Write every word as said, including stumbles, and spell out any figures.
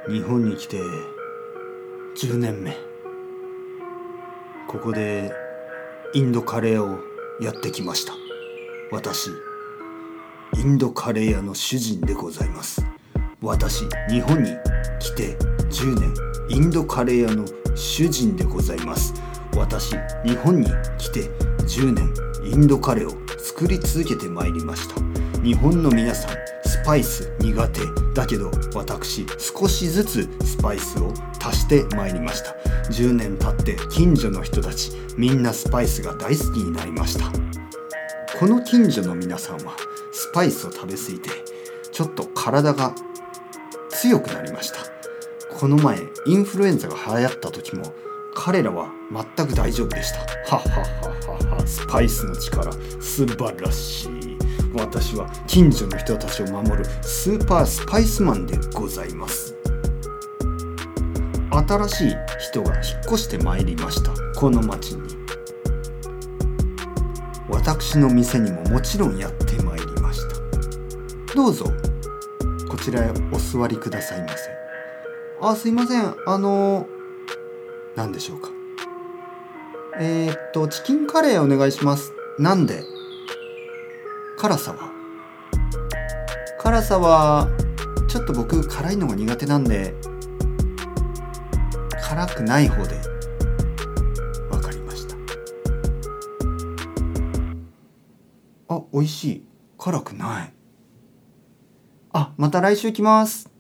日本に来てじゅうねんめ、ここでインドカレーをやってきました。私インドカレー屋の主人でございます。私日本に来てじゅうねん、インドカレー屋の主人でございます。私日本に来てじゅうねん、インドカレーを作り続けてまいりました。日本の皆さんスパイス苦手だけど、私少しずつスパイスを足してまいりました。じゅうねん経って近所の人たちみんなスパイスが大好きになりました。この近所の皆さんはスパイスを食べ過ぎてちょっと体が強くなりました。この前インフルエンザが流行った時も彼らは全く大丈夫でした。ははははは。スパイスの力素晴らしい。私は近所の人たちを守るスーパースパイスマンでございます。新しい人が引っ越してまいりました。この町に私の店にももちろんやってまいりました。どうぞこちらへお座りくださいませ。あ、すいません、あの何でしょうか。えー、っとチキンカレーお願いします。なんで辛さは辛さはちょっと僕辛いのが苦手なんで辛くない方で。わかりました。あ、美味しい。辛くない。あ、また来週来ます。